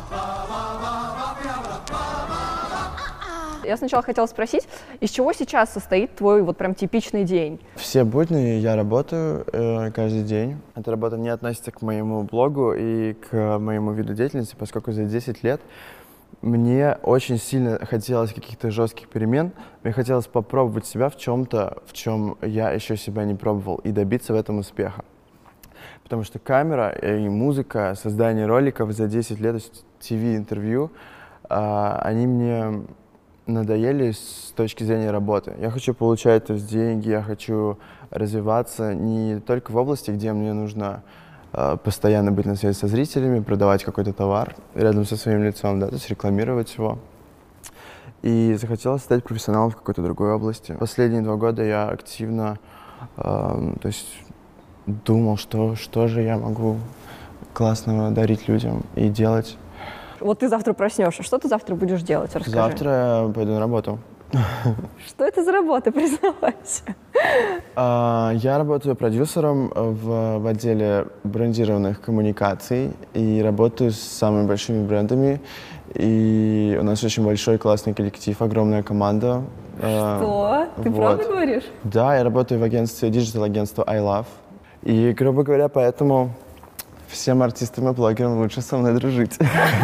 Я сначала хотела спросить, из чего сейчас состоит твой вот прям типичный день? Все будни я работаю каждый день. Эта работа не относится к моему блогу и к моему виду деятельности, поскольку за 10 лет мне очень сильно хотелось каких-то жестких перемен. Мне хотелось попробовать себя в чем-то, в чем я еще себя не пробовал, и добиться в этом успеха. Потому что камера и музыка, создание роликов за 10 лет, то есть ТВ-интервью, они мне надоели с точки зрения работы. Я хочу получать то есть, деньги, я хочу развиваться не только в области, где мне нужно постоянно быть на связи со зрителями, продавать какой-то товар рядом со своим лицом, да, то есть рекламировать его. И захотелось стать профессионалом в какой-то другой области. Последние 2 года я активно то есть, думал, что же я могу классного дарить людям и делать. Вот ты завтра проснешься, что ты завтра будешь делать? Расскажи. Завтра я пойду на работу. Что это за работа, признавайся? Я работаю продюсером в отделе брендированных коммуникаций и работаю с самыми большими брендами. И у нас очень большой классный коллектив, огромная команда. Что? Ты правда говоришь? Да, я работаю в агентстве, диджитал-агентство iLove. И, грубо говоря, поэтому всем артистам и блогерам лучше со мной дружить.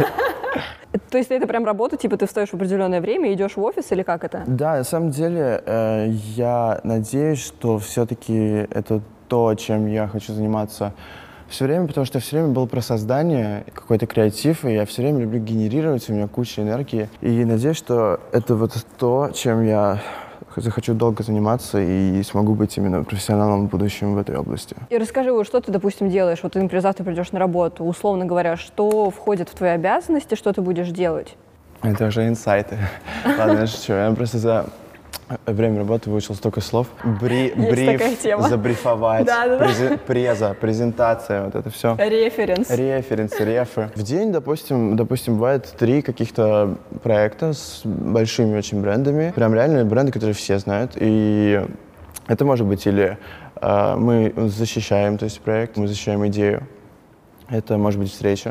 То есть это прям работа, типа ты встаешь в определенное время и идешь в офис, или как это? Да, на самом деле я надеюсь, что все-таки это то, чем я хочу заниматься все время, потому что все время был про создание, какой-то креатив, и я все время люблю генерировать, у меня куча энергии. И надеюсь, что это вот то, чем я захочу долго заниматься и смогу быть именно профессионалом в будущем в этой области. И расскажи, вот что ты, допустим, делаешь? Вот ты, например, завтра придешь на работу, условно говоря, что входит в твои обязанности, что ты будешь делать? Это уже инсайты. Ладно, я шучу. Я просто за время работы выучил столько слов. Бриф, забрифовать, преза, презентация, вот это все. Референсы, рефы. В день, допустим, бывает 3 каких-то проекта с большими очень брендами. Прям реально бренды, которые все знают. И это может быть или мы защищаем, то есть проект, мы защищаем идею. Это может быть встреча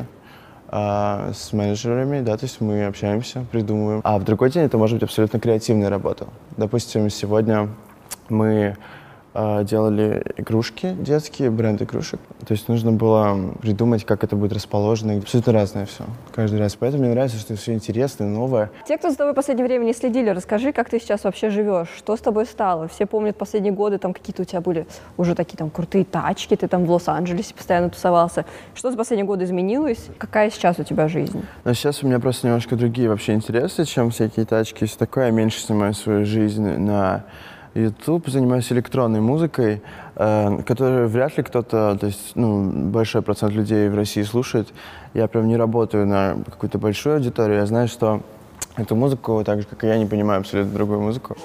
с менеджерами, да, то есть мы общаемся, придумываем. А в другой день это может быть абсолютно креативная работа. Допустим, сегодня мы делали игрушки детские, бренд игрушек. То есть нужно было придумать, как это будет расположено. Абсолютно разное все, каждый раз. Поэтому мне нравится, что все интересное, новое. Те, кто за тобой в последнее время не следили, расскажи, как ты сейчас вообще живешь, что с тобой стало? Все помнят последние годы, там какие-то у тебя были уже такие там крутые тачки, ты там в Лос-Анджелесе постоянно тусовался. Что за последние годы изменилось? Какая сейчас у тебя жизнь? Но сейчас у меня просто немножко другие вообще интересы, чем всякие тачки. Все такое, я меньше снимаю свою жизнь на YouTube, занимаюсь электронной музыкой, которую вряд ли кто-то, то есть, большой процент людей в России слушает. Я прям не работаю на какую-то большую аудиторию. Я знаю, что эту музыку, так же, как и я, не понимаю абсолютно другую музыку.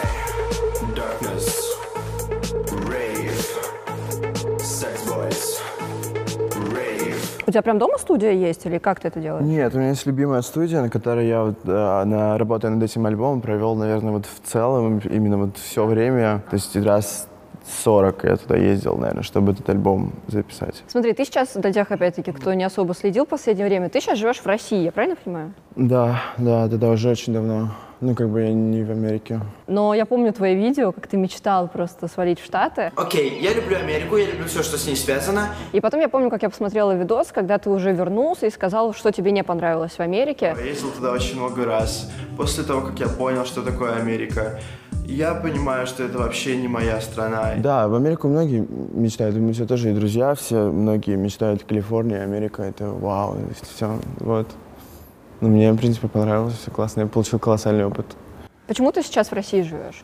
У тебя прям дома студия есть или как ты это делаешь? Нет, у меня есть любимая студия, на которой я, работая над этим альбомом, провел, наверное, вот в целом именно вот все время, то есть раз 40 я туда ездил, наверное, чтобы этот альбом записать. Смотри, ты сейчас, для тех, опять-таки, кто не особо следил в последнее время, ты сейчас живешь в России, я правильно понимаю? Да, уже очень давно. Я не в Америке. Но я помню твои видео, как ты мечтал просто свалить в Штаты. Окей, я люблю Америку, я люблю все, что с ней связано. И потом я помню, как я посмотрела видос, когда ты уже вернулся и сказал, что тебе не понравилось в Америке. Я ездил туда очень много раз. После того, как я понял, что такое Америка, я понимаю, что это вообще не моя страна. Да, в Америку многие мечтают, думаю, все тоже и друзья, все многие мечтают Калифорния, Америка, это вау, все, вот. Но мне, в принципе, понравилось, все классно, я получил колоссальный опыт. Почему ты сейчас в России живешь?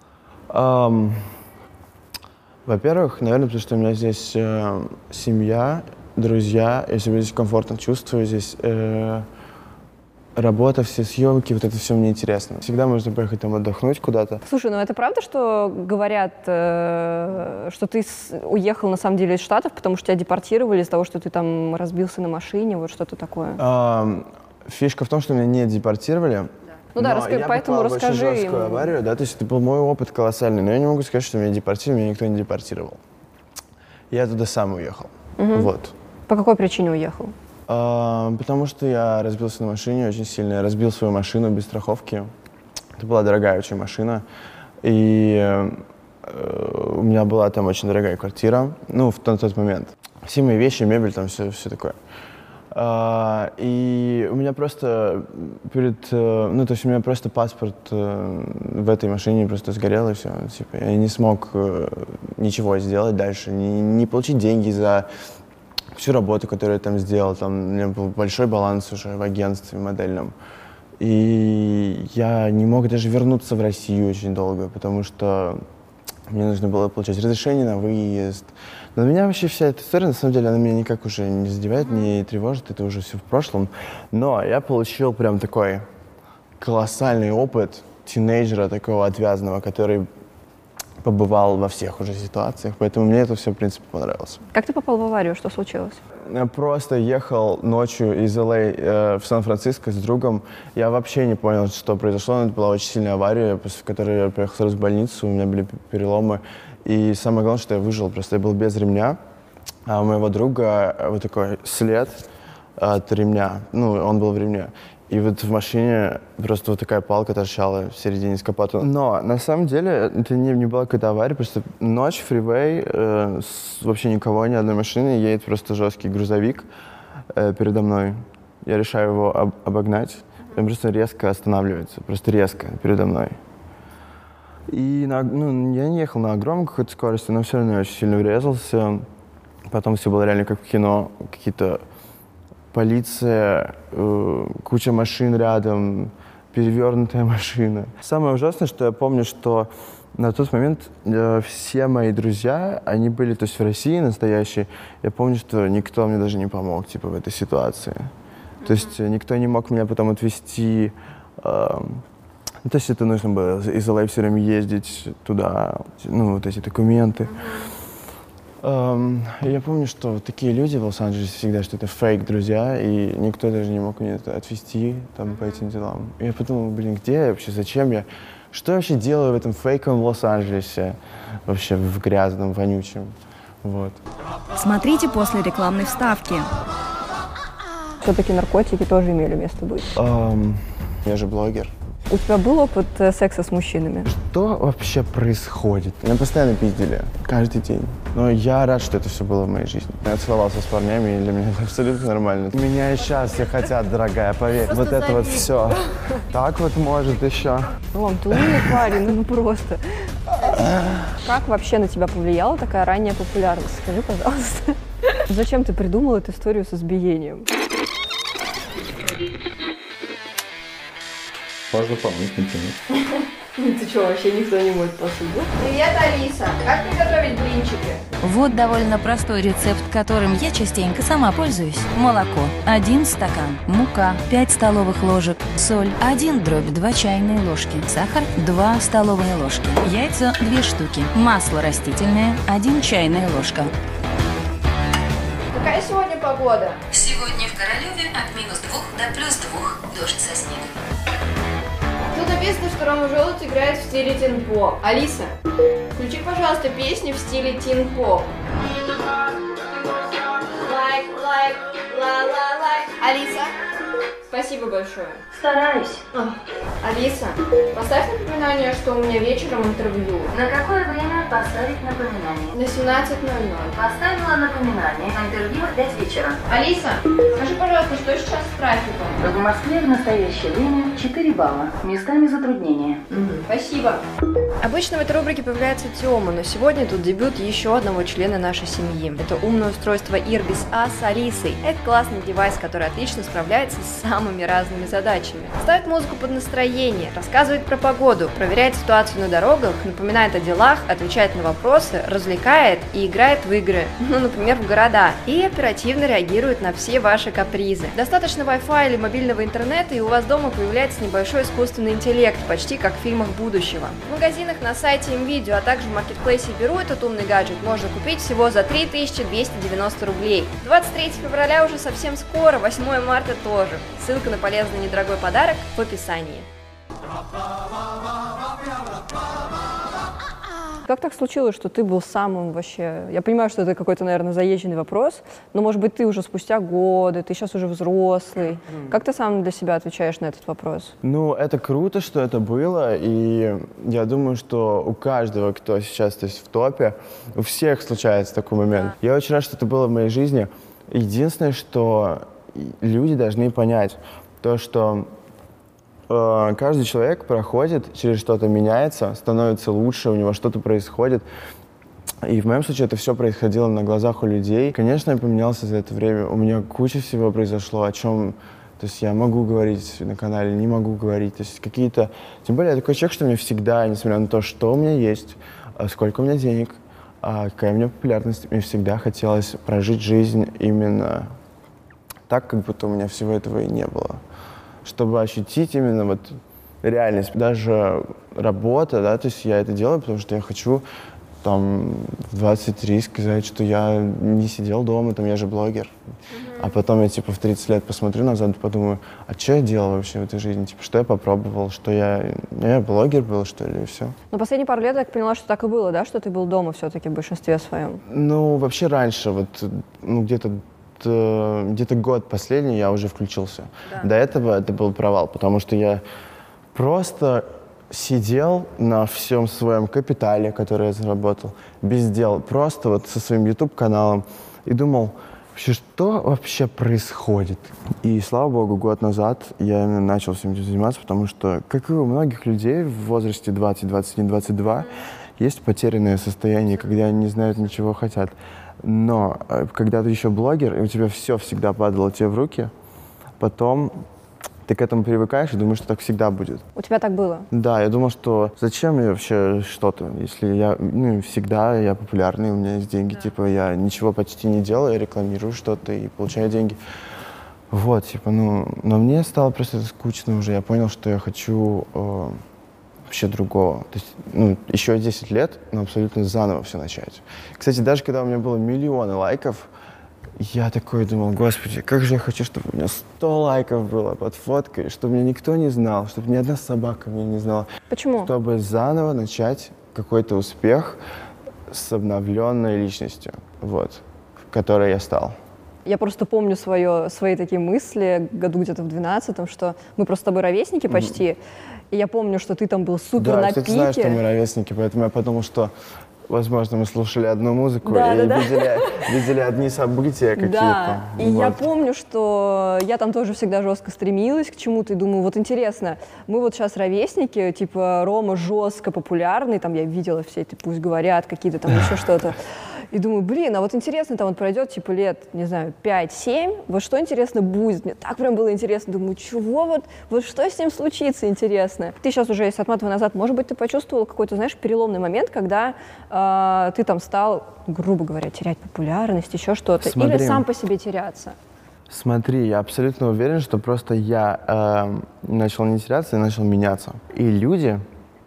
Во-первых, наверное, потому что у меня здесь семья, друзья, я себя здесь комфортно чувствую, здесь работа, все съемки, вот это все мне интересно. Всегда можно поехать там отдохнуть куда-то. Слушай, ну это правда, что говорят, что ты уехал на самом деле из Штатов, потому что тебя депортировали из-за того, что ты там разбился на машине, вот что-то такое? Фишка в том, что меня не депортировали. Ну да, поэтому расскажи. Я попал в очень жесткую аварию, да, то есть это был мой опыт колоссальный, но я не могу сказать, что меня депортировали, меня никто не депортировал. Я туда сам уехал, вот. По какой причине уехал? Потому что я разбился на машине очень сильно. Я разбил свою машину без страховки. Это была дорогая очень машина. И у меня была там очень дорогая квартира. Ну, в тот момент. Все мои вещи, мебель, там все такое. И у меня просто ну, то есть у меня просто паспорт в этой машине просто сгорел, и все. Типа, я не смог ничего сделать дальше, не получить деньги за всю работу, которую я там сделал. Там у меня был большой баланс уже в агентстве модельном. И я не мог даже вернуться в Россию очень долго, потому что мне нужно было получать разрешение на выезд. Но меня вообще вся эта история, на самом деле, она меня никак уже не задевает, не тревожит, это уже все в прошлом. Но я получил прям такой колоссальный опыт тинейджера такого отвязного, который побывал во всех уже ситуациях, поэтому мне это все, в принципе, понравилось. Как ты попал в аварию? Что случилось? Я просто ехал ночью из LA в Сан-Франциско с другом. Я вообще не понял, что произошло, но это была очень сильная авария, после которой я приехал сразу в больницу, у меня были переломы. И самое главное, что я выжил, просто я был без ремня, а у моего друга вот такой след от ремня, ну, он был в ремне. И вот в машине просто вот такая палка торчала в середине капота. Но на самом деле это не была какая-то авария, просто ночь, фривей, вообще никого, ни одной машины, едет просто жесткий грузовик передо мной. Я решаю его обогнать, он просто резко останавливается, просто резко передо мной. И я не ехал на огромной какой-то скорости, но все равно я очень сильно врезался. Потом все было реально как в кино, какие-то полиция, куча машин рядом, перевернутая машина. Самое ужасное, что я помню, что на тот момент все мои друзья, они были, то есть в России настоящие. Я помню, что никто мне даже не помог, типа, в этой ситуации. То есть никто не мог меня потом отвезти. Ну, то есть это нужно было из LA все время ездить туда, ну, вот эти документы. Я помню, что вот такие люди в Лос-Анджелесе всегда, что это фейк-друзья, и никто даже не мог меня отвезти там, по этим делам. И я подумал, блин, где я вообще, зачем я? Что я вообще делаю в этом фейковом Лос-Анджелесе? Вообще в грязном, вонючем. Вот. Смотрите после рекламной вставки. Все-таки наркотики тоже имели место быть. Я же блогер. У тебя был опыт секса с мужчинами? Что вообще происходит? Меня постоянно пиздили, каждый день. Но я рад, что это все было в моей жизни. Я целовался с парнями, и для меня это абсолютно нормально. Меня и сейчас все хотят, дорогая, поверь. Вот это вот все. Так вот может еще. Ром, ты умный парень, ну просто. Как вообще на тебя повлияла такая ранняя популярность? Скажи, пожалуйста. Зачем ты придумал эту историю с избиением? Можно помыть, не тянуть. Ты что, вообще никто не моет посуду? Привет, Алиса! Как приготовить блинчики? Вот довольно простой рецепт, которым я частенько сама пользуюсь. Молоко 1 стакан, мука 5 столовых ложек, соль 1/2 чайные ложки, сахар 2 столовые ложки, яйца 2 штуки, масло растительное 1 чайная ложка. Какая сегодня погода? Сегодня в Королеве от -2 до +2, дождь со снегом. Тут написано, что Рома Желудь играет в стиле тин-поп. Алиса, включи, пожалуйста, песни в стиле тин-поп. Лайк, лайк, ла-ла-лайк. Алиса, спасибо большое. Стараюсь. Алиса, поставь напоминание, что у меня вечером интервью. На какое время поставить напоминание? На 17:00. Поставила напоминание на интервью в 5 вечера. Алиса, скажи, пожалуйста, что сейчас с трафиком? В Москве в настоящее время 4 балла. Местами затруднения. Спасибо. Обычно в этой рубрике появляется Тёма, но сегодня тут дебют еще одного члена нашей семьи. Это умное устройство Irbis A с Алисой. Это классный девайс, который отлично справляется с самыми разными задачами. Ставит музыку под настроение, рассказывает про погоду, проверяет ситуацию на дорогах, напоминает о делах, отвечает на вопросы, развлекает и играет в игры, ну, например, в города, и оперативно реагирует на все ваши капризы. Достаточно Wi-Fi или мобильного интернета, и у вас дома появляется небольшой искусственный интеллект, почти как в фильмах будущего. В магазинах, на сайте МВидео, а также в маркетплейсе Беру этот умный гаджет можно купить всего за 3290 рублей. 23 февраля уже совсем скоро, 8 марта тоже. Ссылка на полезный недорогой подарок в описании. Как так случилось, что ты был самым вообще... Я понимаю, что это какой-то, наверное, заезженный вопрос, но, может быть, ты уже спустя годы, ты сейчас уже взрослый. Как ты сам для себя отвечаешь на этот вопрос? Ну, это круто, что это было, и я думаю, что у каждого, кто сейчас, то есть, в топе, у всех случается такой момент. Я очень рад, что это было в моей жизни. Единственное, что люди должны понять, то, что каждый человек проходит через что-то, меняется, становится лучше, у него что-то происходит. И в моем случае это все происходило на глазах у людей. Конечно, я поменялся за это время, у меня куча всего произошло, о чем... То есть я могу говорить на канале, не могу говорить. То есть какие-то... Тем более я такой человек, что мне всегда, несмотря на то, что у меня есть, сколько у меня денег, какая у меня популярность, мне всегда хотелось прожить жизнь именно так, как будто у меня всего этого и не было. Чтобы ощутить именно вот реальность. Даже работа, да, то есть я это делаю, потому что я хочу там в 23 сказать, что я не сидел дома, там я же блогер. А потом я типа в 30 лет посмотрю назад и подумаю, а что я делал вообще в этой жизни? Типа, что я попробовал, что я блогер был, что ли, и все. Но последние пару лет я так поняла, что так и было, да, что ты был дома все-таки в большинстве своем? Ну, вообще раньше, вот, ну, где-то год последний я уже включился. Да. До этого это был провал, потому что я просто сидел на всем своем капитале, который я заработал, без дел, просто вот со своим YouTube-каналом и думал, вообще, что вообще происходит? И, слава богу, год назад я именно начал всем этим заниматься, потому что, как и у многих людей в возрасте 20, 21, 22, есть потерянное состояние, когда они не знают, ничего хотят. Но когда ты еще блогер, и у тебя все всегда падало тебе в руки, потом ты к этому привыкаешь и думаешь, что так всегда будет. У тебя так было? Да, я думал, что зачем мне вообще что-то, если я, ну, всегда я популярный, у меня есть деньги, типа я ничего почти не делаю, я рекламирую что-то и получаю деньги. Вот, типа, ну, но мне стало просто скучно уже, я понял, что я хочу вообще другого. То есть, ну, еще 10 лет, но абсолютно заново все начать. Кстати, даже когда у меня было миллионы лайков, я такой думал, господи, как же я хочу, чтобы у меня 100 лайков было под фоткой, чтобы меня никто не знал, чтобы ни одна собака меня не знала. Почему? Чтобы заново начать какой-то успех с обновленной личностью, вот, которой я стал. Я просто помню свои такие мысли году где-то в 12-м, что мы просто с тобой ровесники почти, и я помню, что ты там был супер на кстати, пике. знаешь, что мы ровесники, поэтому я подумал, что, возможно, мы слушали одну музыку да, и да, видели одни события какие-то. Да, и вот. я помню, что я там тоже всегда жестко стремилась к чему-то, и думаю, вот интересно, мы вот сейчас ровесники, типа Рома жестко популярный, там я видела все эти «Пусть говорят», какие-то там еще что-то. И думаю, блин, а вот интересно, там вот пройдет типа лет, не знаю, 5-7, вот что интересно будет? Мне так прям было интересно, думаю, чего вот что с ним случится интересно? Ты сейчас уже, если отматывая назад, может быть, ты почувствовал какой-то, знаешь, переломный момент, когда ты там стал, грубо говоря, терять популярность, еще что-то, или сам по себе теряться? Смотри, я абсолютно уверен, что просто я начал не теряться, я начал меняться. И люди,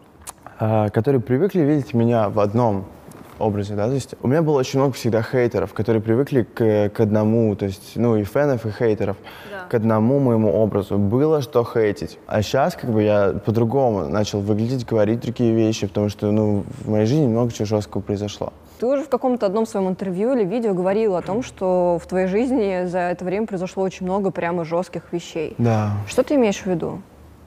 которые привыкли видеть меня в одном образе, да, то есть у меня было очень много всегда хейтеров, которые привыкли к одному, то есть, ну, и фенов, и хейтеров, к одному моему образу. Было что хейтить. А сейчас, как бы, я по-другому начал выглядеть, говорить другие вещи, потому что, ну, в моей жизни много чего жесткого произошло. Ты уже в каком-то одном своем интервью или видео говорил о том, что в твоей жизни за это время произошло очень много прямо жестких вещей. Да. Что ты имеешь в виду?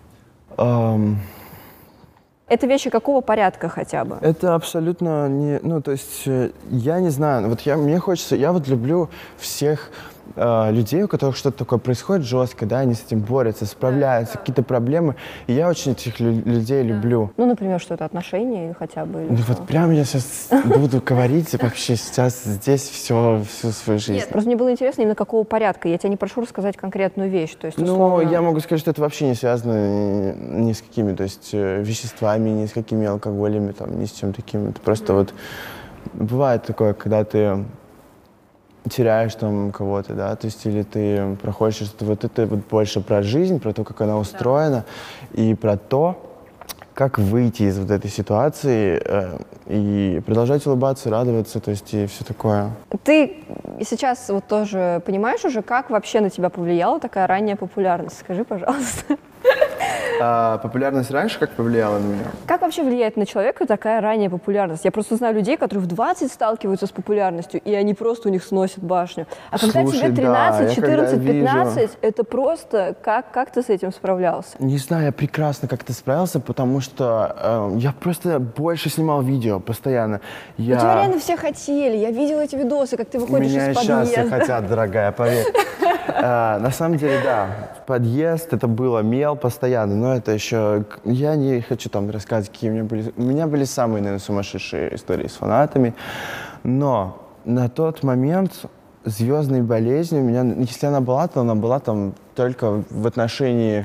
Это вещи какого порядка хотя бы? Это абсолютно не... Ну, то есть, я не знаю, вот мне хочется... Я вот люблю всех людей, у которых что-то такое происходит жестко, да, они с этим борются, справляются, какие-то проблемы. И я очень этих людей люблю. Ну, например, что это отношения или хотя бы... Ну, вот прям я сейчас буду говорить вообще сейчас здесь всю свою жизнь. Нет, просто мне было интересно именно какого порядка. Я тебя не прошу рассказать конкретную вещь. То есть, условно... Ну, я могу сказать, что это вообще не связано ни с какими, то есть, веществами, ни с какими алкоголями, там, ни с чем таким. Это просто вот бывает такое, когда ты теряешь там кого-то, да, то есть или ты проходишь что-то, вот это вот больше про жизнь, про то, как она устроена, и про то, как выйти из вот этой ситуации и продолжать улыбаться, радоваться, то есть и все такое. Ты сейчас вот тоже понимаешь уже, как вообще на тебя повлияла такая ранняя популярность? Скажи, пожалуйста. Популярность раньше как повлияла на меня? Как вообще влияет на человека такая ранняя популярность? Я просто знаю людей, которые в 20 сталкиваются с популярностью, и они просто у них сносят башню. А когда Слушай, тебе 13, да, 14, я когда 15, это просто... Как ты с этим справлялся? Не знаю, я прекрасно как-то справился, потому что я просто больше снимал видео постоянно. У тебя реально все хотели. Я видела эти видосы, как ты выходишь Меня из сейчас все подъезда. хотят, дорогая, поверь. На самом деле, да, подъезд, это было мел постоянно, но это еще... Я не хочу там рассказывать, какие у меня были... У меня были самые, наверное, сумасшедшие истории с фанатами, но на тот момент звездной болезнью у меня, если она была, то она была там только в отношении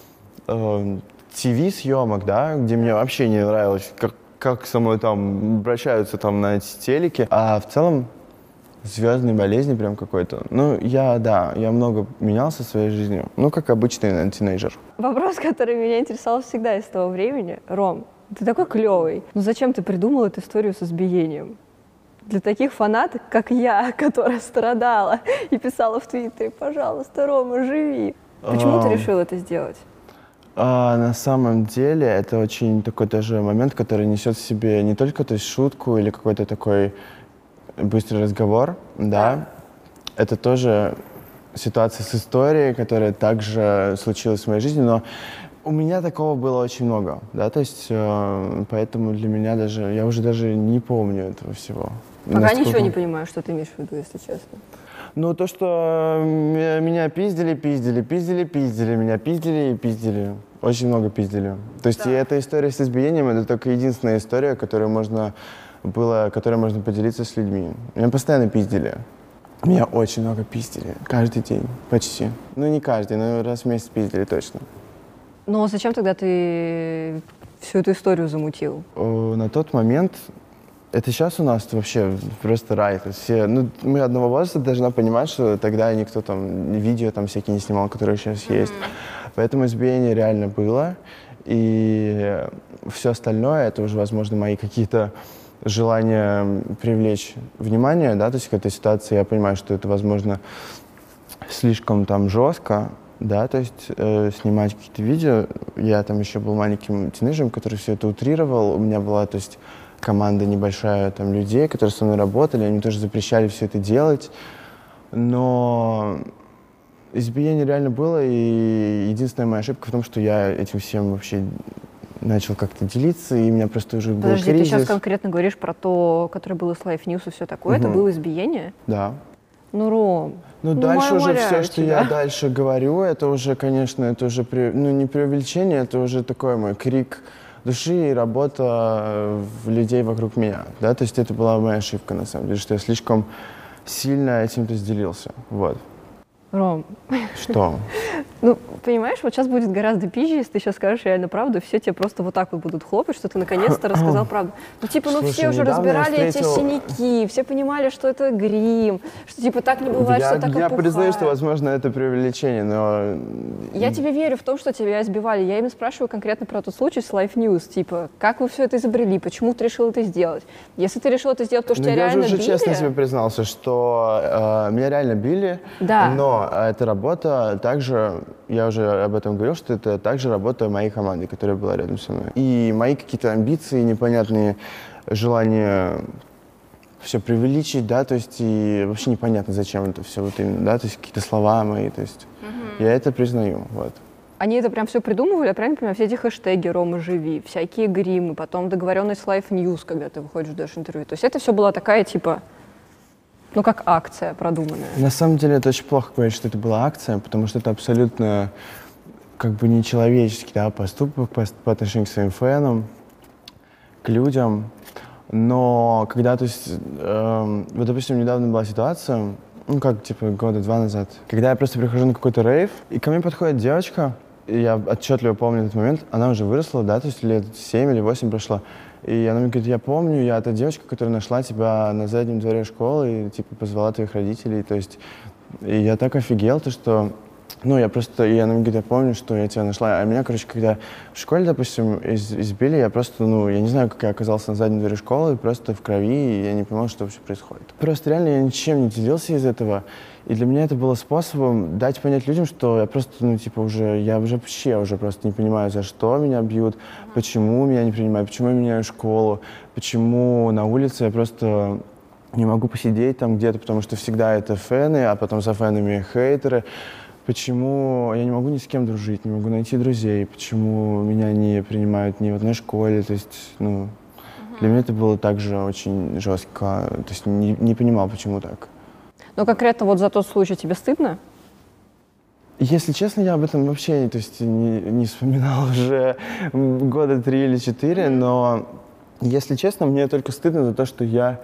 ТВ-съемок, да, где мне вообще не нравилось, как со мной там обращаются там на эти телеки, а в целом звездной болезни прям какой-то. Ну, я много менялся в своей жизни. Ну, как обычный, наверное, тинейджер. Вопрос, который меня интересовал всегда из того времени. Ром, ты такой клевый. Но зачем ты придумал эту историю с избиением? Для таких фанаток, как я, которая страдала и писала в Твиттере: пожалуйста, Рома, живи. Почему ты решил это сделать? На самом деле, это очень такой даже момент, который несет в себе не только то есть, шутку или какой-то такой быстрый разговор, да. Это тоже ситуация с историей, которая также случилась в моей жизни, но у меня такого было очень много, да, то есть поэтому для меня даже, я уже даже не помню этого всего. Пока ничего не понимаю, что ты имеешь в виду, если честно. Ну, то, что меня пиздили, меня пиздили и пиздили. Очень много пиздили. То есть и эта история с избиением, это только единственная история, которой можно поделиться с людьми. Меня постоянно пиздили. Меня очень много пиздили. Каждый день. Почти. Ну, не каждый, но раз в месяц пиздили точно. Но зачем тогда ты всю эту историю замутил? На тот момент... Это сейчас у нас вообще просто рай. То есть все, мы одного возраста должна понимать, что тогда никто там видео там всякие не снимал, которые сейчас есть. Поэтому избиение реально было. И все остальное, это уже, возможно, мои какие-то желания привлечь внимание, да, то есть к этой ситуации я понимаю, что это, возможно, слишком там жестко, да, то есть снимать какие-то видео. Я там еще был маленьким тинейджером, который все это утрировал. У меня была, то есть, команда небольшая там людей, которые со мной работали, они тоже запрещали все это делать. Но избиение реально было, и единственная моя ошибка в том, что я этим всем вообще начал как-то делиться, и у меня просто уже был кризис. Подожди, ты сейчас конкретно говоришь про то, которое было с Life News и все такое, это было избиение? Да. Ну, Ром, дальше уже все, что я дальше говорю, это уже, конечно, это уже не преувеличение, это уже такой мой крик души и работа людей вокруг меня, да, то есть это была моя ошибка, на самом деле, что я слишком сильно этим-то сделался, вот. Ром. Что? Ну, понимаешь, вот сейчас будет гораздо пизже, если ты сейчас скажешь реально правду, все тебе просто вот так вот будут хлопать, что ты наконец-то рассказал правду. Ну, типа, Слушай, все уже разбирали эти встретил... синяки, все понимали, что это грим, что типа так не бывает, что так Я опухает. признаю, что, возможно, это преувеличение, но... Я тебе верю в том, что тебя избивали. Я именно спрашиваю конкретно про тот случай с Life News. Типа, как вы все это изобрели, почему ты решил это сделать? Если ты решил это сделать, потому что тебя реально били... Я же уже честно себе признался, что меня реально били, да. Но эта работа также, я уже об этом говорил, что это также работа моей команды, которая была рядом со мной. И мои какие-то амбиции, непонятные желания все преувеличить, да, то есть и вообще непонятно, зачем это все вот именно, да, то есть какие-то слова мои, то есть я это признаю, вот. Они это прям все придумывали, я правильно понимаю, все эти хэштеги «Рома, живи», всякие гримы, потом договоренность с Life News, когда ты выходишь, даешь интервью. То есть это все была такая, типа, ну, как акция продуманная. На самом деле это очень плохо говорить, что это была акция, потому что это абсолютно как бы нечеловеческий, да, поступок по отношению к своим фэнам, к людям. Но когда, то есть, вот, допустим, недавно была ситуация, ну, как, типа, года 2 назад, когда я просто прихожу на какой-то рейв, и ко мне подходит девочка, и я отчетливо помню этот момент, она уже выросла, да, то есть лет 7 или 8 прошло, и она мне говорит: я помню, я та девочка, которая нашла тебя на заднем дворе школы и, типа, позвала твоих родителей, то есть, и я так офигел, то, что ну, она мне говорит, я помню, что я тебя нашла. А меня, короче, когда в школе, допустим, избили, я просто, ну, я не знаю, как я оказался на задней двери школы, просто в крови, и я не понимал, что вообще происходит. Просто реально я ничем не делился из этого. И для меня это было способом дать понять людям, что я просто, ну, типа, я уже просто не понимаю, за что меня бьют, почему меня не принимают, почему я меняю школу, почему на улице я просто не могу посидеть там где-то, потому что всегда это фэны, а потом за фэнами хейтеры. Почему я не могу ни с кем дружить, не могу найти друзей, почему меня не принимают ни в одной школе, то есть, ну, для меня это было также очень жестко, то есть не понимал, почему так. Но конкретно вот за тот случай тебе стыдно? Если честно, я об этом вообще то есть, не вспоминал уже года 3 или 4, но, если честно, мне только стыдно за то, что я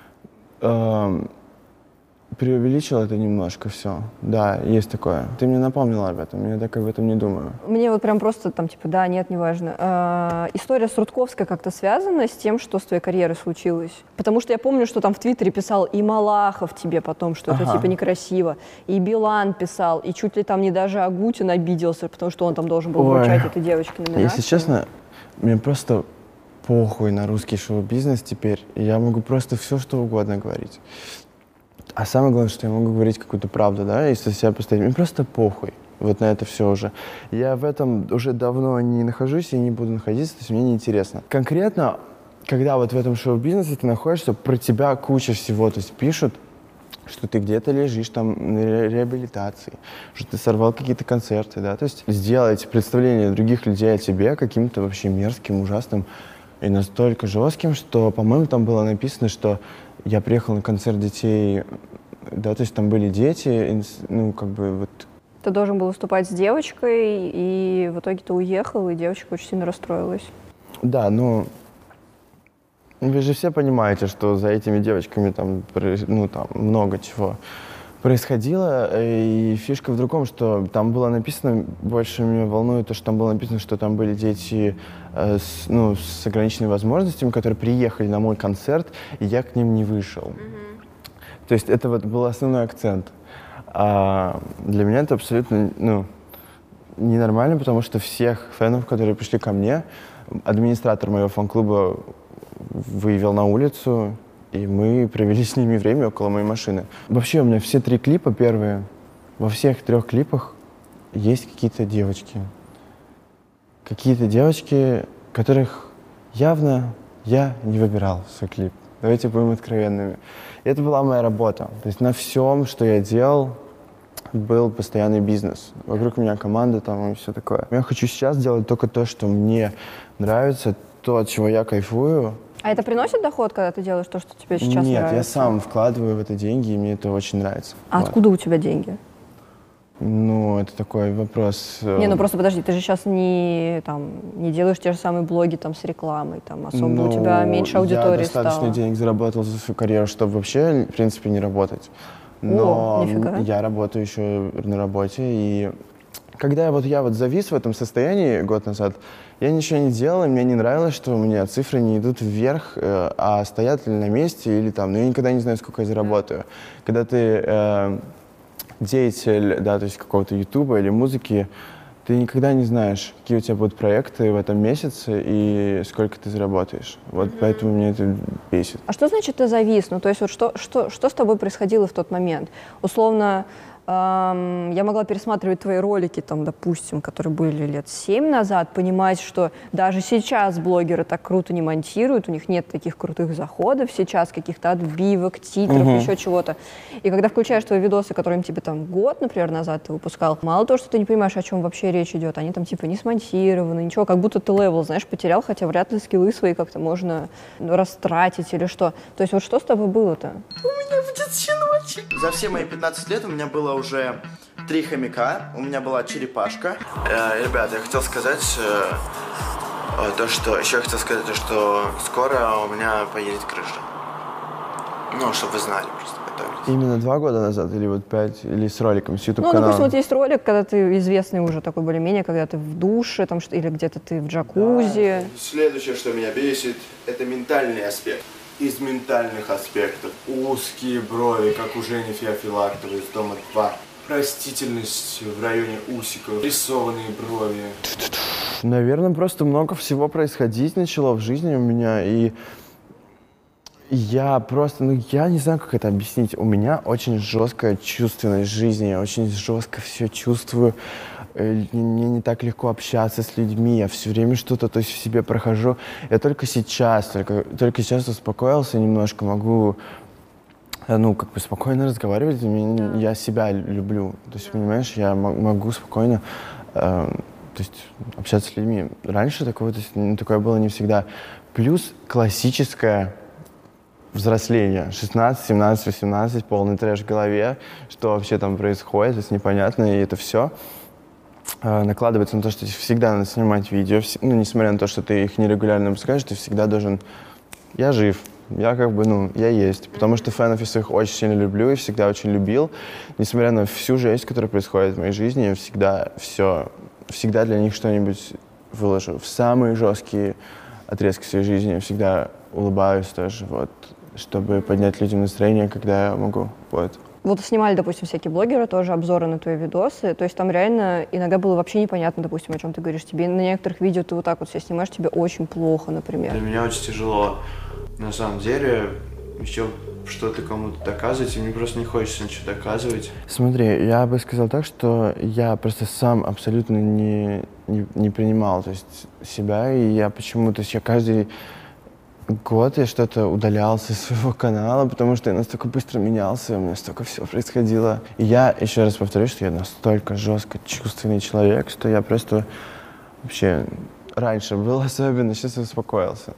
преувеличил это немножко, все. Да, есть такое. Ты мне напомнила об этом, я так об этом не думаю. Мне вот прям просто там, типа, да, нет, неважно. История с Рудковской как-то связана с тем, что с твоей карьерой случилось? Потому что я помню, что там в Твиттере писал и Малахов тебе потом, что это, типа, некрасиво, и Билан писал, и чуть ли там не даже Агутин обиделся, потому что он там должен был вручать этой девочке номинацию. Если честно, мне просто похуй на русский шоу-бизнес теперь, и я могу просто все, что угодно говорить. А самое главное, что я могу говорить какую-то правду, да, если себя поставить. Мне просто похуй вот на это все уже. Я в этом уже давно не нахожусь и не буду находиться, то есть мне неинтересно. Конкретно, когда вот в этом шоу-бизнесе ты находишься, про тебя куча всего, то есть пишут, что ты где-то лежишь там на реабилитации, что ты сорвал какие-то концерты, да, то есть сделать представление других людей о тебе каким-то вообще мерзким, ужасным и настолько жестким, что, по-моему, там было написано, что я приехал на концерт детей, да, то есть там были дети, ну, как бы вот. Ты должен был выступать с девочкой, и в итоге ты уехал, и девочка очень сильно расстроилась. Да, ну, вы же все понимаете, что за этими девочками там, ну, там много чего происходило, и фишка в другом, что там было написано, больше меня волнует то, что там было написано, что там были дети с ограниченными возможностями, которые приехали на мой концерт, и я к ним не вышел. То есть это вот был основной акцент. А для меня это абсолютно, ну, ненормально, потому что всех фэнов, которые пришли ко мне, администратор моего фан-клуба вывел на улицу, и мы провели с ними время около моей машины. Вообще у меня все 3 клипа первые, во всех 3 клипах есть какие-то девочки. Какие-то девочки, которых явно я не выбирал в свой клип. Давайте будем откровенными. И это была моя работа. То есть на всем, что я делал, был постоянный бизнес. Вокруг меня команда там и все такое. Я хочу сейчас делать только то, что мне нравится, то, от чего я кайфую. А это приносит доход, когда ты делаешь то, что тебе сейчас Нет, нравится? я сам вкладываю в это деньги, и мне это очень нравится. А вот. Откуда у тебя деньги? Ну, это такой вопрос. Не, ну просто подожди, ты же сейчас не делаешь те же самые блоги там с рекламой, там особо у тебя меньше аудитории стало. Я достаточно денег заработал за свою карьеру, чтобы вообще, в принципе, не работать. Но я работаю еще на работе, и когда я вот завис в этом состоянии год назад, я ничего не делал, и мне не нравилось, что у меня цифры не идут вверх, а стоят или на месте, или там, ну я никогда не знаю, сколько я заработаю. Когда ты деятель, да, то есть какого-то ютуба или музыки, ты никогда не знаешь, какие у тебя будут проекты в этом месяце и сколько ты заработаешь. Вот поэтому меня это бесит. А что значит ты завис? Ну, то есть вот что с тобой происходило в тот момент? Условно, я могла пересматривать твои ролики, там, допустим, которые были лет 7 назад, понимать, что даже сейчас блогеры так круто не монтируют, у них нет таких крутых заходов сейчас, каких-то отбивок, титров, еще чего-то. И когда включаешь твои видосы, которым тебе там год, например, назад ты выпускал, мало того, что ты не понимаешь, о чем вообще речь идет, они там типа не смонтированы, ничего, как будто ты левел, знаешь, потерял, хотя вряд ли скиллы свои как-то можно растратить или что. То есть вот что с тобой было-то? У меня будет щеночек. За все мои 15 лет у меня было уже 3 хомяка, у меня была черепашка. Ребята, я хотел сказать что скоро у меня поедет крыша. Ну, чтобы вы знали, просто готовились. Именно 2 года назад, или вот 5, или с роликом, с YouTube-каналом? Ну, допустим, вот есть ролик, когда ты известный уже такой более-менее, когда ты в душе, там, или где-то ты в джакузи. Да. Следующее, что меня бесит, это ментальный аспект. Из ментальных аспектов узкие брови, как у Жени Феофилактовой из «Дома 2». растительность в районе усиков, рисованные брови. Наверное, просто много всего происходить начало в жизни у меня, и я просто, я не знаю, как это объяснить. У меня очень жесткая чувственность жизни, я очень жестко все чувствую. Мне не так легко общаться с людьми, я все время что-то, то есть в себе прохожу. Я только сейчас успокоился немножко, могу, спокойно разговаривать. Я себя люблю, то есть, понимаешь, я могу спокойно, то есть общаться с людьми. Раньше такое было не всегда. Плюс классическое взросление. 16, 17, 18, полный трэш в голове, что вообще там происходит, это непонятно, и это все накладывается на то, что всегда надо снимать видео, несмотря на то, что ты их нерегулярно выпускаешь, ты всегда должен... Я жив, я я есть, потому что фэнов я своих очень сильно люблю и всегда очень любил, несмотря на всю жесть, которая происходит в моей жизни, я всегда для них что-нибудь выложу. В самые жесткие отрезки своей жизни я всегда улыбаюсь тоже, чтобы поднять людям настроение, когда я могу. Вот снимали, допустим, всякие блогеры тоже обзоры на твои видосы, то есть там реально иногда было вообще непонятно, допустим, о чем ты говоришь. Тебе на некоторых видео ты вот так вот себя снимаешь, тебе очень плохо, например. Для меня очень тяжело, на самом деле, еще что-то кому-то доказывать, и мне просто не хочется ничего доказывать. Смотри, я бы сказал так, что я просто сам абсолютно не принимал, то есть себя, и я почему-то, я каждый год я что-то удалялся из своего канала, потому что я настолько быстро менялся, у меня столько всего происходило. И я еще раз повторюсь, что я настолько жестко чувственный человек, что я просто вообще раньше был особенно, сейчас я успокоился.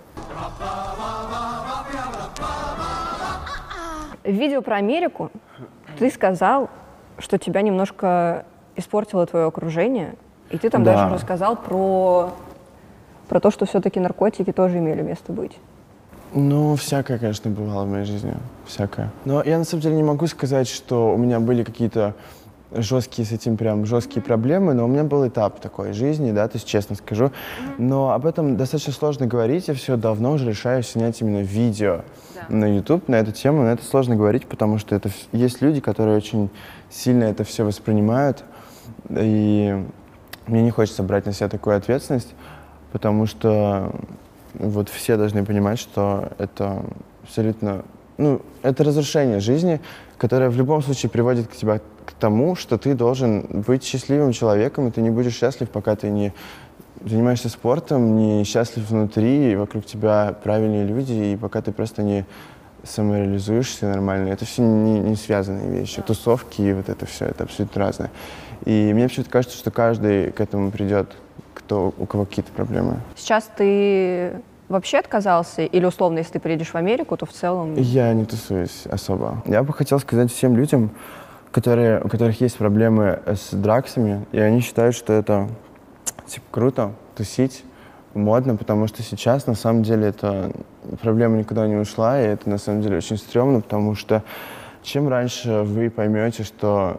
В видео про Америку ты сказал, что тебя немножко испортило твое окружение, и ты там даже рассказал про то, что все-таки наркотики тоже имели место быть. Всякое, конечно, бывало в моей жизни, всякое. Но я на самом деле не могу сказать, что у меня были какие-то жесткие с этим жесткие проблемы, но у меня был этап такой жизни, то есть честно скажу. Но об этом достаточно сложно говорить, я все давно уже решаю снять именно видео на YouTube на эту тему, но это сложно говорить, потому что есть люди, которые очень сильно это все воспринимают, и мне не хочется брать на себя такую ответственность, потому что все должны понимать, что это абсолютно, это разрушение жизни, которое в любом случае приводит тебя к тому, что ты должен быть счастливым человеком, и ты не будешь счастлив, пока ты не занимаешься спортом, не счастлив внутри, и вокруг тебя правильные люди, и пока ты просто не самореализуешься нормально. Это все не связанные вещи. Тусовки и это все, это абсолютно разное. И мне почему-то кажется, что каждый к этому придет, у кого какие-то проблемы. Сейчас ты вообще отказался? Или, условно, если ты приедешь в Америку, то в целом... Я не тусуюсь особо. Я бы хотел сказать всем людям, у которых есть проблемы с драгсами, и они считают, что это круто, тусить, модно, потому что сейчас, на самом деле, эта проблема никуда не ушла, и это, на самом деле, очень стрёмно, потому что чем раньше вы поймете, что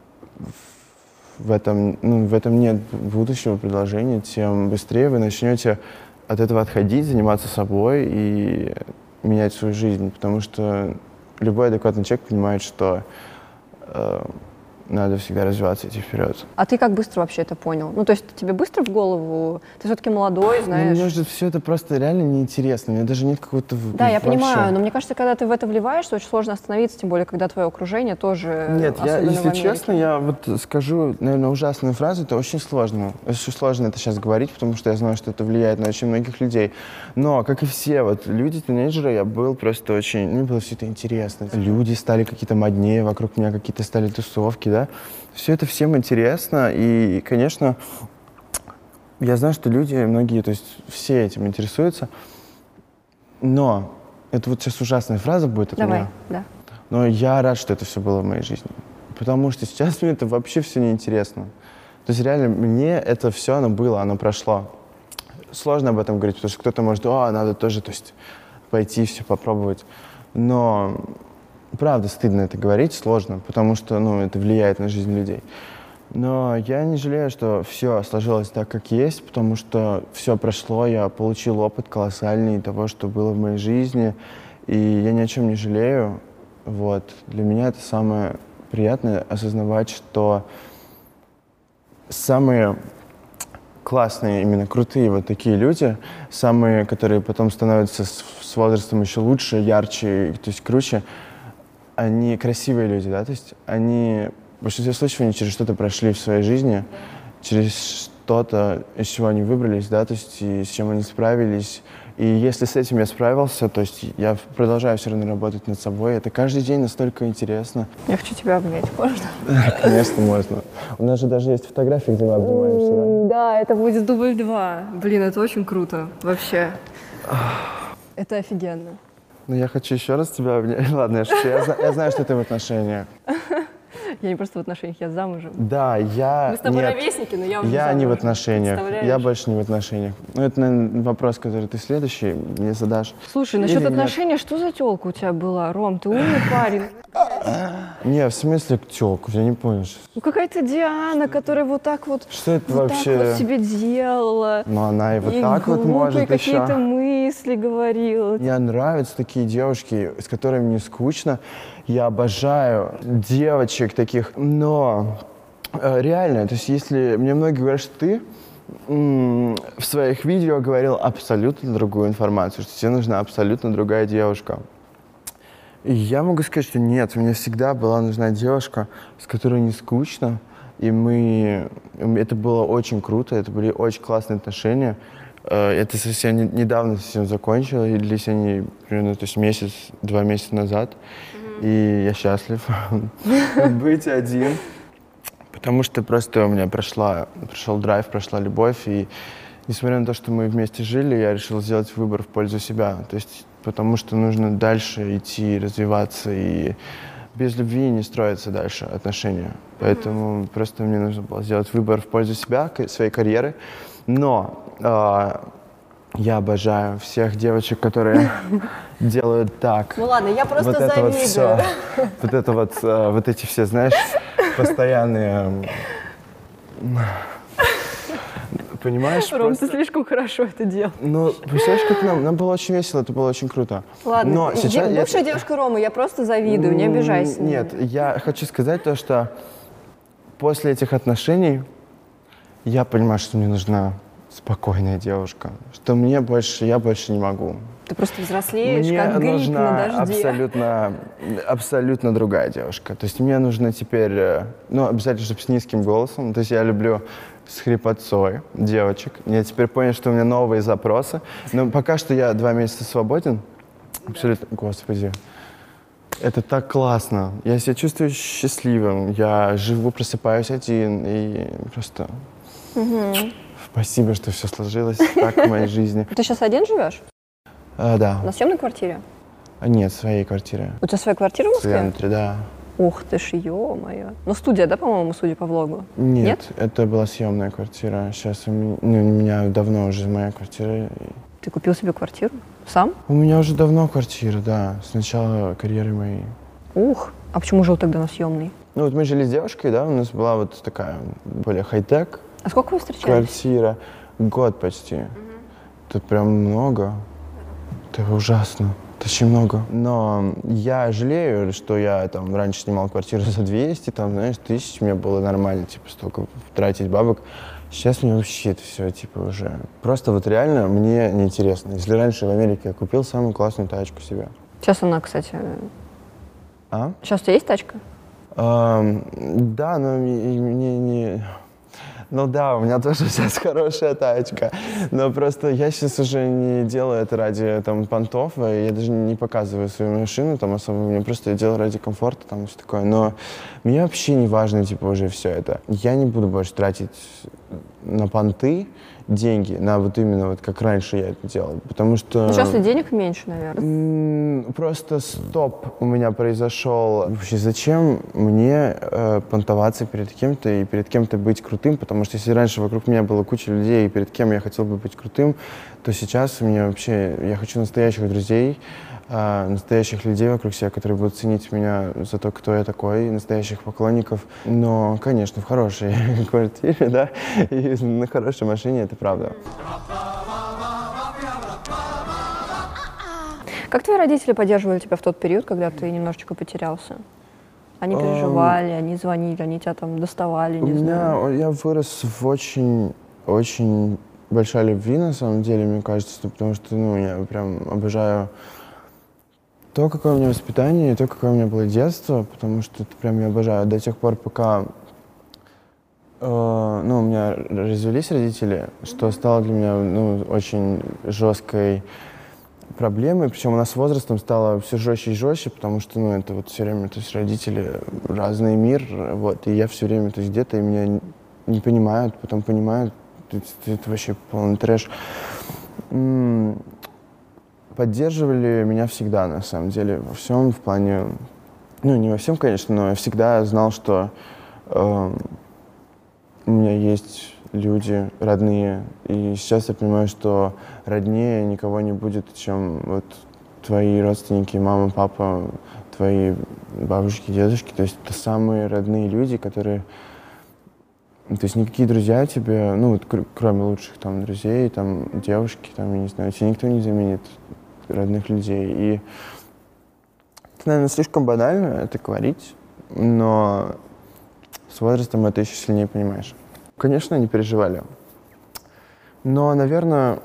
в этом нет будущего предложения, тем быстрее вы начнете от этого отходить, заниматься собой и менять свою жизнь, потому что любой адекватный человек понимает, что надо всегда развиваться, идти вперед. А ты как быстро вообще это понял? То есть тебе быстро в голову? Ты все-таки молодой, знаешь? Мне же все это просто реально неинтересно. У меня даже нет какого-то... Да, я понимаю, но мне кажется, когда ты в это вливаешься, очень сложно остановиться, тем более, когда твое окружение тоже... Нет, если честно, я скажу, наверное, ужасную фразу, это очень сложно. Очень сложно это сейчас говорить, потому что я знаю, что это влияет на очень многих людей. Но, как и все люди, тинейджеры, я был просто очень... Мне было все это интересно. Люди стали какие-то моднее, вокруг меня какие-то стали тусовки, да. Все это всем интересно, и, конечно, я знаю, что люди, многие, то есть все этим интересуются, но это сейчас ужасная фраза будет от меня. Да. Но я рад, что это все было в моей жизни, потому что сейчас мне это вообще все неинтересно. То есть реально мне это все, оно было, оно прошло. Сложно об этом говорить, потому что кто-то может, надо тоже, то есть пойти все попробовать, но... Правда, стыдно это говорить, сложно, потому что, это влияет на жизнь людей. Но я не жалею, что все сложилось так, как есть, потому что все прошло, я получил опыт колоссальный того, что было в моей жизни, и я ни о чем не жалею. Для меня это самое приятно осознавать, что самые классные, именно крутые вот такие люди, самые, которые потом становятся с возрастом еще лучше, ярче, то есть круче, они красивые люди, да, то есть они в большинстве случаев они через что-то прошли в своей жизни, через что-то, из чего они выбрались, да, то есть и с чем они справились. И если с этим я справился, то есть я продолжаю все равно работать над собой. Это каждый день настолько интересно. Я хочу тебя обнять, можно? Конечно, можно. У нас же даже есть фотографии, где мы обнимаемся, да? Да, это будет дубль 2. Блин, это очень круто, вообще. Это офигенно. Ну, я хочу еще раз тебя обнять. Ладно, я шучу. Я знаю, что ты в отношениях. Я не просто в отношениях, я замужем. Да, я... Мы с тобой Нет, ровесники, но я уже я замужем. не в отношениях. Представляешь? Я больше не в отношениях. Ну, это, наверное, вопрос, который ты следующий мне задашь. Слушай, насчет Или нет? отношений, что за тёлка у тебя была? Ром, ты умный парень. Не, в смысле тёлку? Я не понял. Ну какая-то Диана, которая вот так вот, Что это вот вообще? так вот себе делала. Но она и вот И так вот глупые может какие-то еще. мысли говорила. Мне нравятся такие девушки, с которыми не скучно. Я обожаю девочек таких. Но реально, то есть если мне многие говорят, что ты в своих видео говорил абсолютно другую информацию, что тебе нужна абсолютно другая девушка. И я могу сказать, что нет, мне всегда была нужна девушка, с которой не скучно. И это было очень круто, это были очень классные отношения. Это совсем недавно совсем закончилось, и длились они примерно, то есть месяц, 2 месяца назад. И я счастлив быть один, потому что просто у меня прошел драйв, прошла любовь, и несмотря на то, что мы вместе жили, я решил сделать выбор в пользу себя, то есть потому что нужно дальше идти, развиваться, и без любви не строятся дальше отношения. Поэтому просто мне нужно было сделать выбор в пользу себя, своей карьеры. Но я обожаю всех девочек, которые делают так. Ну ладно, я просто вот это вот завидую. все. Вот это вот, вот эти все, знаешь, постоянные... Понимаешь? Ром, просто... ты слишком хорошо это делал. Ну, представляешь, как нам было очень весело, это было очень круто. Ладно, но сейчас бывшая девушка Ромы, я просто завидую, не обижайся. Нет, я хочу сказать то, что после этих отношений я понимаю, что мне нужна спокойная девушка, что я больше не могу. Ты просто взрослеешь, Мне как гриб нужна на дожде. абсолютно другая девушка. То есть мне нужно теперь, ну, обязательно, чтобы с низким голосом. То есть я люблю с хрипотцой девочек. Я теперь понял, что у меня новые запросы. Но пока что я 2 месяца свободен. Абсолютно. Господи. Это так классно. Я себя чувствую счастливым. Я живу, просыпаюсь один и просто... Спасибо, что все сложилось так в моей жизни. Ты сейчас один живешь? Да. На съемной квартире? Нет, в своей квартире. У тебя своя квартира в В Москве? центре, да. Ух ты ж, ё-моё. Ну, студия, да, по-моему, судя по влогу? Нет, это была съемная квартира. Сейчас у меня давно уже моя квартира. Ты купил себе квартиру? Сам? У меня уже давно квартира, да, с начала карьеры моей. Ух, а почему жил тогда на съемной? Ну вот мы жили с девушкой, да, у нас была вот такая более хай-тек А сколько вы встречались? квартира. Год почти. Тут прям много. Это ужасно. Это очень много. Но я жалею, что я там раньше снимал квартиру за 200, там, знаешь, 1000, мне было нормально, типа, столько тратить бабок. Сейчас мне вообще это все, типа, уже... Просто вот реально мне неинтересно. Если раньше в Америке я купил самую классную тачку себе. Сейчас она, кстати... А? Сейчас у тебя есть тачка? Да, но мне не... Ну да, у меня тоже сейчас хорошая тачка, но просто я сейчас уже не делаю это ради там понтов, я даже не показываю свою машину там особо, мне просто я делаю ради комфорта там и все такое, но мне вообще не важно типа уже все это. Я не буду больше тратить на понты деньги, на вот именно вот как раньше я это делал, потому что... Ну, сейчас и денег меньше, наверное. Просто стоп у меня произошел. Вообще, зачем мне понтоваться перед кем-то и перед кем-то быть крутым? Потому что если раньше вокруг меня была куча людей, и перед кем я хотел бы быть крутым, то сейчас у меня вообще... Я хочу настоящих друзей, настоящих людей вокруг себя, которые будут ценить меня за то, кто я такой, настоящих поклонников. Но, конечно, в хорошей квартире, да, и на хорошей машине, это правда. Как твои родители поддерживали тебя в тот период, когда ты немножечко потерялся? Они переживали, они звонили, они тебя там доставали, не знаю. Я вырос в очень большой любви, на самом деле, мне кажется, потому что, я прям обожаю то, какое у меня воспитание, и то, какое у меня было детство, потому что это прям я обожаю. До тех пор, пока у меня развелись родители, что стало для меня очень жесткой проблемой, причем у нас с возрастом стало все жестче и жестче, потому что, это вот все время, то есть родители разный мир, вот, и я все время, то есть где-то меня не понимают, потом понимают, это вообще полный трэш. Поддерживали меня всегда, на самом деле, во всем, в плане, не во всем, конечно, но я всегда знал, что у меня есть люди родные, и сейчас я понимаю, что роднее никого не будет, чем вот твои родственники, мама, папа, твои бабушки, дедушки, то есть это самые родные люди, которые, то есть никакие друзья тебе, кроме лучших там друзей, там девушки, там, я не знаю, тебе никто не заменит родных людей, и это, наверное, слишком банально это говорить, но с возрастом это еще сильнее понимаешь. Конечно, они переживали. Но, наверное,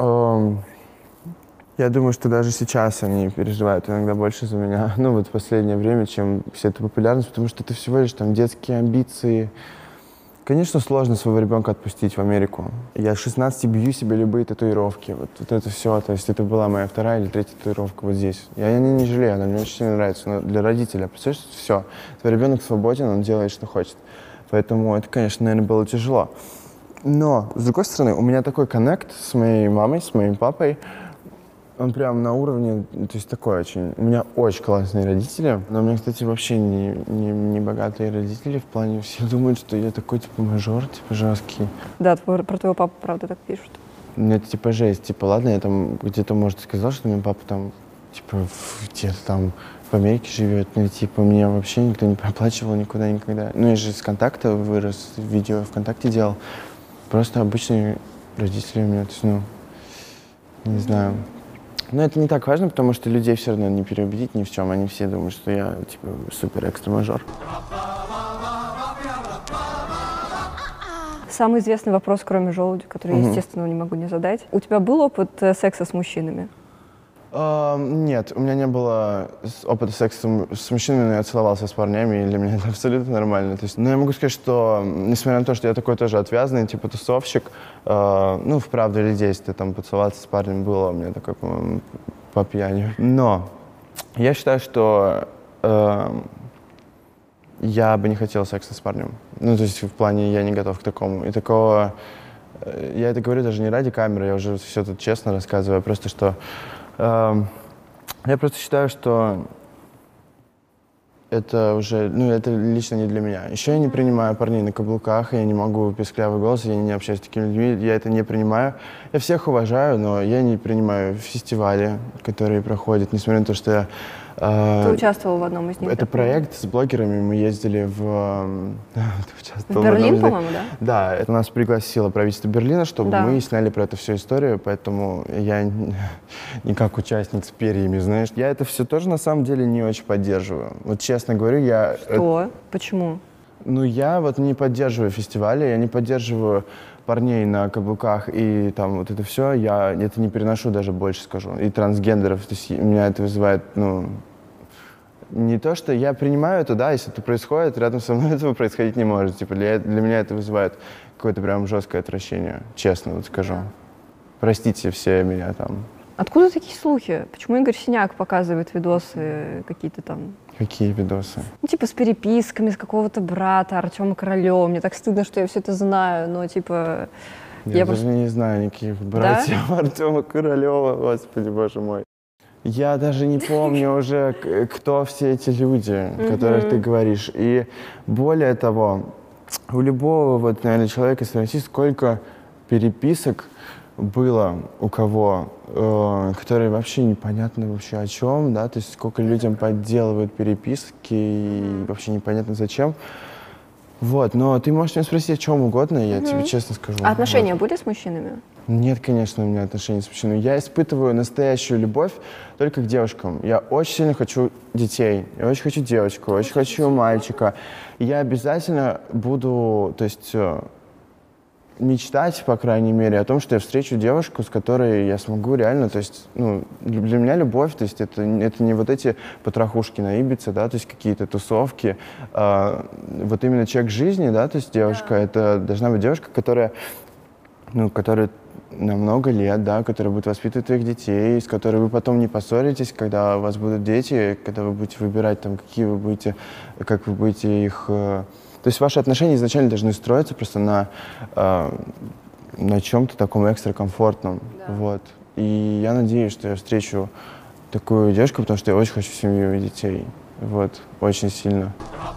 я думаю, что даже сейчас они переживают иногда больше за меня, в последнее время, чем вся эта популярность, потому что это всего лишь там детские амбиции. Конечно, сложно своего ребенка отпустить в Америку. Я с 16 бью себе любые татуировки. Вот это все. То есть это была моя вторая или третья татуировка вот здесь. Я не жалею, она мне очень сильно нравится. Но для родителя, представляешь, все. Твой ребенок свободен, он делает, что хочет. Поэтому это, конечно, наверное, было тяжело. Но, с другой стороны, у меня такой коннект с моей мамой, с моим папой. Он прям на уровне, то есть такой очень... У меня очень классные родители, но у меня, кстати, вообще не богатые родители, в плане все думают, что я такой, мажор, жесткий. Да, про твоего папу, правда, так пишут. Это, жесть. Ладно, я там где-то, может, сказал, что у меня папа там, где-то там в Америке живет, но, мне вообще никто не проплачивал никуда. Я же с контакта вырос, видео ВКонтакте делал. Просто обычные родители у меня, то есть, не знаю. Но это не так важно, потому что людей все равно не переубедить ни в чем. Они все думают, что я, супер экстра-мажор. Самый известный вопрос, кроме желуди, который я, естественно, не могу не задать. У тебя был опыт секса с мужчинами? Нет, у меня не было опыта секса с мужчинами, но я целовался с парнями, и для меня это абсолютно нормально. То есть, я могу сказать, что, несмотря на то, что я такой тоже отвязный, тусовщик, вправду или действие, там, поцеловаться с парнем было у меня такое, по-моему, по пьяни. Но я считаю, что я бы не хотел секса с парнем. То есть, в плане, я не готов к такому. И такого... Я это говорю даже не ради камеры, я уже все тут честно рассказываю, просто что... Я просто считаю, что это уже, это лично не для меня. Еще я не принимаю парней на каблуках, я не могу писклявый голос, я не общаюсь с такими людьми, я это не принимаю. Я всех уважаю, но я не принимаю фестивали, которые проходят, несмотря на то, что я... Ты участвовал в одном из них? Это проект с блогерами, мы ездили в Берлин, по-моему, да? Да, это нас пригласило правительство Берлина, чтобы мы сняли про эту всю историю, поэтому я не как участник с перьями, знаешь. Я это все тоже на самом деле не очень поддерживаю. Вот честно говорю, я... Что? Почему? Я не поддерживаю фестивали, я не поддерживаю парней на каблуках и там вот это все, я это не переношу, даже больше скажу. И трансгендеров, то есть меня это вызывает, не то, что я принимаю это, да, если это происходит, рядом со мной этого происходить не может. Для меня это вызывает какое-то прям жесткое отвращение, честно скажу. Простите все меня там. Откуда такие слухи? Почему Игорь Синяк показывает видосы какие-то там? Какие видосы? С переписками с какого-то брата Артема Королева. Мне так стыдно, что я все это знаю, но Я даже просто... не знаю никаких братьев Артема Королева, господи, боже мой. Я даже не помню уже, кто все эти люди, о которых ты говоришь. И более того, у любого, наверное, человека из России сколько переписок было у кого, которые вообще непонятно вообще о чем, да, то есть сколько людям подделывают переписки и вообще непонятно зачем. Вот, но ты можешь меня спросить о чем угодно, я тебе честно скажу. А отношения Вот. были с мужчинами? Нет, конечно, у меня отношения с мужчинами. Я испытываю настоящую любовь только к девушкам. Я очень сильно хочу детей, я очень хочу девочку, очень хочу мальчика. И я обязательно буду, то есть, мечтать, по крайней мере, о том, что я встречу девушку, с которой я смогу реально, то есть, ну, для меня любовь, то есть это не вот эти потрохушки на Ибице, да, то есть какие-то тусовки, вот именно человек жизни, да, то есть девушка, это должна быть девушка, которая на много лет, да, которая будет воспитывать твоих детей, с которой вы потом не поссоритесь, когда у вас будут дети, когда вы будете выбирать, там, какие вы будете, как вы будете их... То есть ваши отношения изначально должны строиться просто на чем-то таком экстра-комфортном. Да. Вот. И я надеюсь, что я встречу такую девушку, потому что я очень хочу семью и детей. Вот. Очень сильно.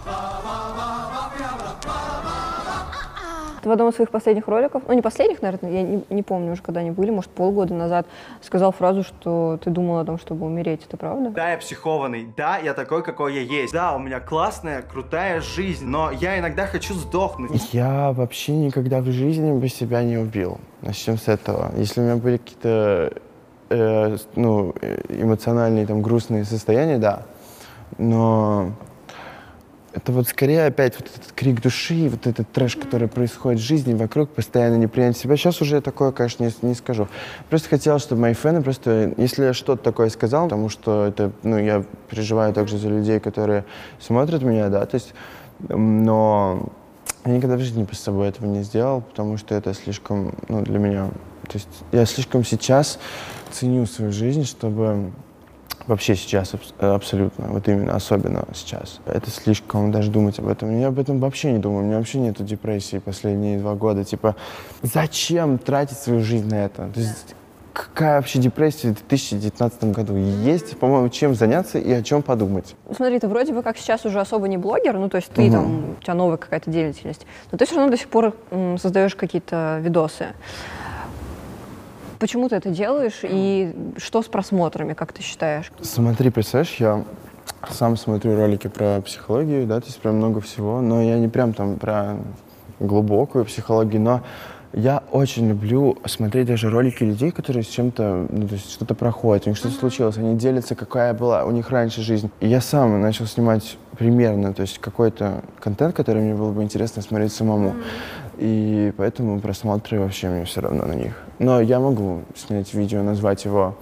Ты в одном из своих последних роликов, ну не последних, наверное, я не помню уже, когда они были, может, полгода назад, сказал фразу, что ты думал о том, чтобы умереть. Это правда? Да, я психованный. Да, я такой, какой я есть. Да, у меня классная, крутая жизнь, но я иногда хочу сдохнуть. Я вообще никогда в жизни бы себя не убил. Начнем с этого. Если у меня были какие-то эмоциональные, там, грустные состояния, да. Но это вот скорее опять вот этот крик души, вот этот трэш, который происходит в жизни вокруг, постоянно непринятие себя. Сейчас уже такое, конечно, не скажу. Просто хотел, чтобы мои фэны просто, если я что-то такое сказал, потому что это, я переживаю также за людей, которые смотрят меня, да, то есть, но я никогда в жизни с собой этого не сделал, потому что это слишком, для меня, то есть я слишком сейчас ценю свою жизнь, чтобы... Вообще сейчас абсолютно, вот именно, особенно сейчас. Это слишком даже думать об этом. Я об этом вообще не думаю, у меня вообще нету депрессии последние 2 года. Типа, зачем тратить свою жизнь на это? То есть, какая вообще депрессия в 2019 году? Есть, по-моему, чем заняться и о чем подумать. Смотри, ты вроде бы как сейчас уже особо не блогер, то есть ты там, у тебя новая какая-то деятельность, но ты все равно до сих пор создаешь какие-то видосы. Почему ты это делаешь и что с просмотрами, как ты считаешь? Смотри, представляешь, я сам смотрю ролики про психологию, да, то есть прям много всего, но я не прям там про глубокую психологию, но я очень люблю смотреть даже ролики людей, которые с чем-то, то есть что-то проходят, у них что-то случилось, они делятся, какая была у них раньше жизнь. И я сам начал снимать примерно, то есть какой-то контент, который мне было бы интересно смотреть самому. И поэтому просмотры вообще мне все равно на них. Но я могу снять видео, назвать его...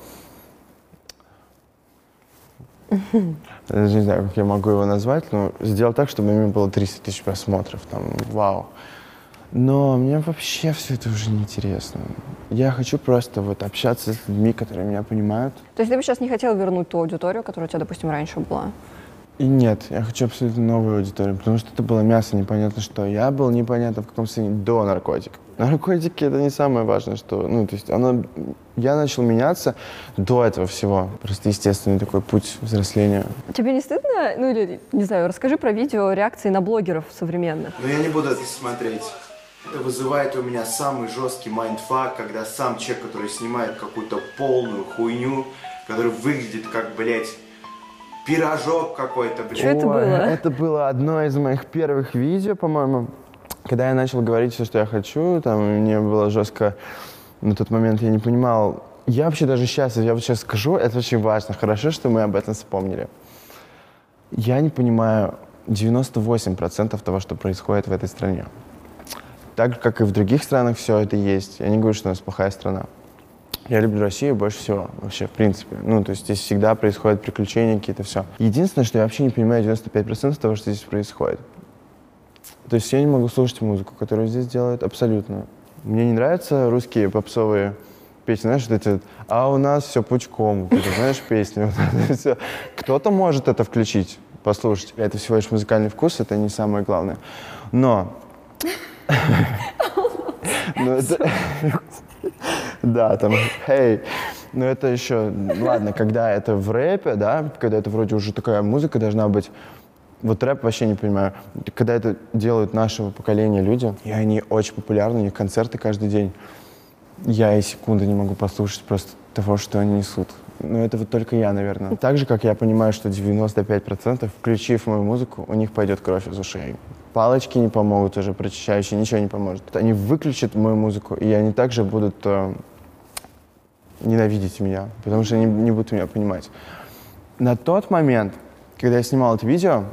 Я даже не знаю, как я могу его назвать, но сделать так, чтобы ему было 300 000 просмотров. Там, вау. Но мне вообще все это уже неинтересно. Я хочу просто вот общаться с людьми, которые меня понимают. То есть ты бы сейчас не хотел вернуть ту аудиторию, которая у тебя, допустим, раньше была? И нет, я хочу абсолютно новую аудиторию, потому что это было мясо, непонятно что. Я был непонятно в каком состоянии до наркотиков. Наркотики — это не самое важное, что... то есть я начал меняться до этого всего. Просто естественный такой путь взросления. Тебе не стыдно? Или, не знаю, расскажи про видео реакции на блогеров современных. Но я не буду это смотреть. Это вызывает у меня самый жесткий майндфак, когда сам человек, который снимает какую-то полную хуйню, который выглядит как, блядь, пирожок какой-то, блядь. Что это было? Это было одно из моих первых видео, по-моему, когда я начал говорить все, что я хочу. Там мне было жестко, на тот момент я не понимал. Я вообще даже сейчас, я вот сейчас скажу, это очень важно, хорошо, что мы об этом вспомнили. Я не понимаю 98% того, что происходит в этой стране. Так же, как и в других странах, все это есть. Я не говорю, что у нас плохая страна. Я люблю Россию больше всего, вообще, в принципе. То есть здесь всегда происходят приключения какие-то, все. Единственное, что я вообще не понимаю 95% того, что здесь происходит. То есть я не могу слушать музыку, которую здесь делают, абсолютно. Мне не нравятся русские попсовые песни, знаешь, вот эти, а у нас все пучком, ты знаешь, песни, вот это все. Кто-то может это включить, послушать. Это всего лишь музыкальный вкус, это не самое главное. Но... Да, там, hey. Но это еще, ладно, когда это в рэпе, да, когда это вроде уже такая музыка должна быть. Вот рэп вообще не понимаю. Когда это делают нашего поколения люди, и они очень популярны, у них концерты каждый день, я и секунды не могу послушать просто того, что они несут. Но это вот только я, наверное. Так же, как я понимаю, что 95%, включив мою музыку, у них пойдет кровь из ушей. палочки не помогут уже, прочищающие, ничего не поможет. Они выключат мою музыку, и они также будут ненавидеть меня, потому что они не будут меня понимать. На тот момент, когда я снимал это видео,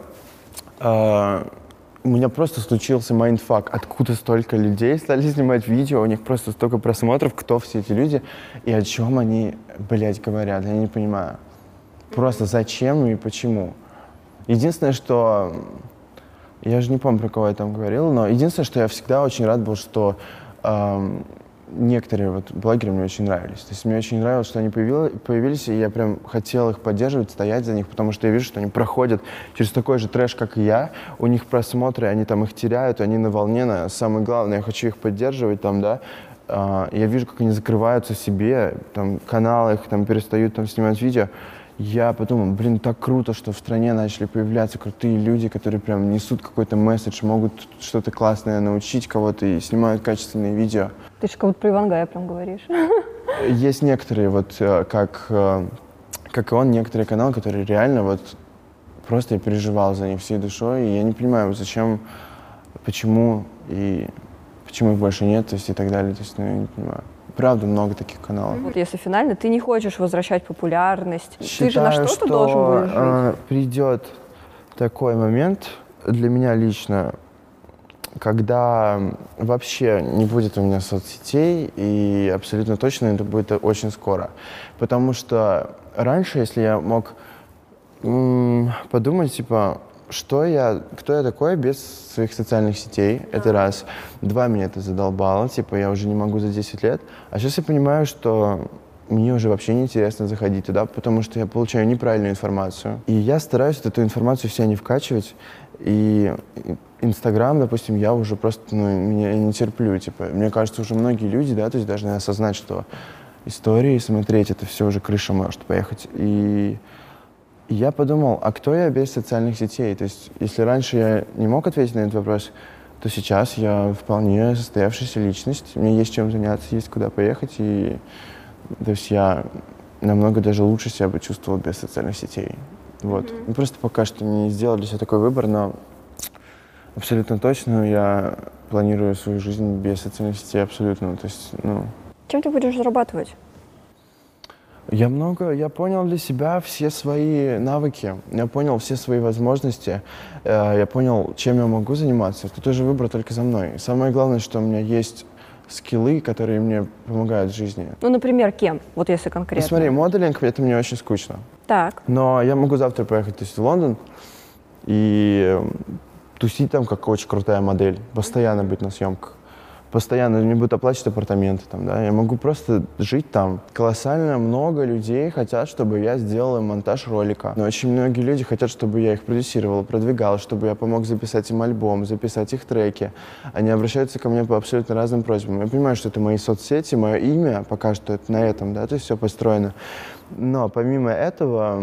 у меня просто случился майндфак. Откуда столько людей стали снимать видео, у них просто столько просмотров, кто все эти люди и о чем они, блядь, говорят, я не понимаю. Просто зачем и почему. Единственное, что... Я же не помню, про кого я там говорил, но единственное, что я всегда очень рад был, что некоторые вот блогеры мне очень нравились. То есть мне очень нравилось, что они появились, и я прям хотел их поддерживать, стоять за них, потому что я вижу, что они проходят через такой же трэш, как и я. У них просмотры, они там их теряют, они на волне, самое главное, я хочу их поддерживать там, да. Я вижу, как они закрываются себе, там каналы их там перестают там снимать видео. Я подумал, блин, так круто, что в стране начали появляться крутые люди, которые прям несут какой-то месседж, могут что-то классное научить кого-то и снимают качественные видео. Ты же как будто про Ивангая прям говоришь. Есть некоторые, вот как и он, некоторые каналы, которые реально вот просто я переживал за них всей душой, и я не понимаю, зачем, почему их больше нет, то есть и так далее, то есть, ну, я не понимаю. Правда, много таких каналов. Если финально ты не хочешь возвращать популярность, считаю, ты же на что-то должен будешь жить. Придет такой момент для меня лично, когда вообще не будет у меня соцсетей, и абсолютно точно это будет очень скоро. Потому что раньше, если я мог подумать, типа, кто я такой без своих социальных сетей, это раз. Два, меня это задолбало, типа, я уже не могу за 10 лет. А сейчас я понимаю, что мне уже вообще не интересно заходить туда, потому что я получаю неправильную информацию. И я стараюсь эту информацию в себя не вкачивать. И Инстаграм, допустим, я уже просто, я не терплю, типа. Мне кажется, уже многие люди, да, то есть должны осознать, что истории смотреть, это все уже крыша может поехать. И я подумал, а кто я без социальных сетей? То есть, если раньше я не мог ответить на этот вопрос, то сейчас я вполне состоявшаяся личность. Мне есть чем заняться, есть куда поехать. И то есть я намного даже лучше себя бы чувствовал без социальных сетей. Вот. Просто пока что не сделал для себя такой выбор, но абсолютно точно я планирую свою жизнь без социальных сетей абсолютно. То есть, Чем ты будешь зарабатывать? Я понял для себя все свои навыки, я понял все свои возможности, я понял, чем я могу заниматься. Тут уже выбор только за мной. Самое главное, что у меня есть скиллы, которые мне помогают в жизни. Ну, например, кем? Вот если конкретно. Смотри, моделинг, это мне очень скучно. Так. Но я могу завтра поехать в Лондон и тусить там, как очень крутая модель, постоянно быть на съемках. Постоянно мне будут оплачивать апартаменты там, да, я могу просто жить там. Колоссально много людей хотят, чтобы я сделал им монтаж ролика. Но очень многие люди хотят, чтобы я их продюсировал, продвигал, чтобы я помог записать им альбом, записать их треки. Они обращаются ко мне по абсолютно разным просьбам. Я понимаю, что это мои соцсети, мое имя, пока что это на этом, да, то есть все построено. Но помимо этого,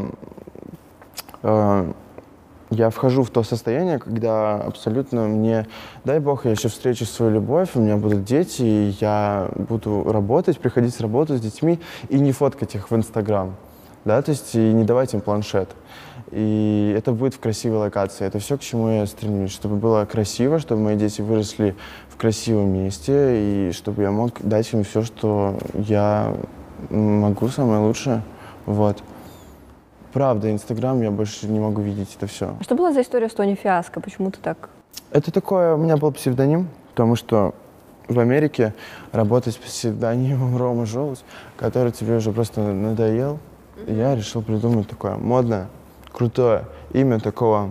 я вхожу в то состояние, когда абсолютно мне, дай бог, я еще встречу свою любовь, у меня будут дети, и я буду работать, приходить с работы с детьми и не фоткать их в Инстаграм, да, то есть и не давать им планшет. И это будет в красивой локации. Это все, к чему я стремлюсь, чтобы было красиво, чтобы мои дети выросли в красивом месте, и чтобы я мог дать им все, что я могу, самое лучшее, вот. Правда, Инстаграм я больше не могу видеть это все. Что была за история с Тони Фиаско? Почему ты так? Это такое, у меня был псевдоним, потому что в Америке работать с псевдонимом Рома Желудь, который тебе уже просто надоел, я решил придумать такое модное, крутое имя такого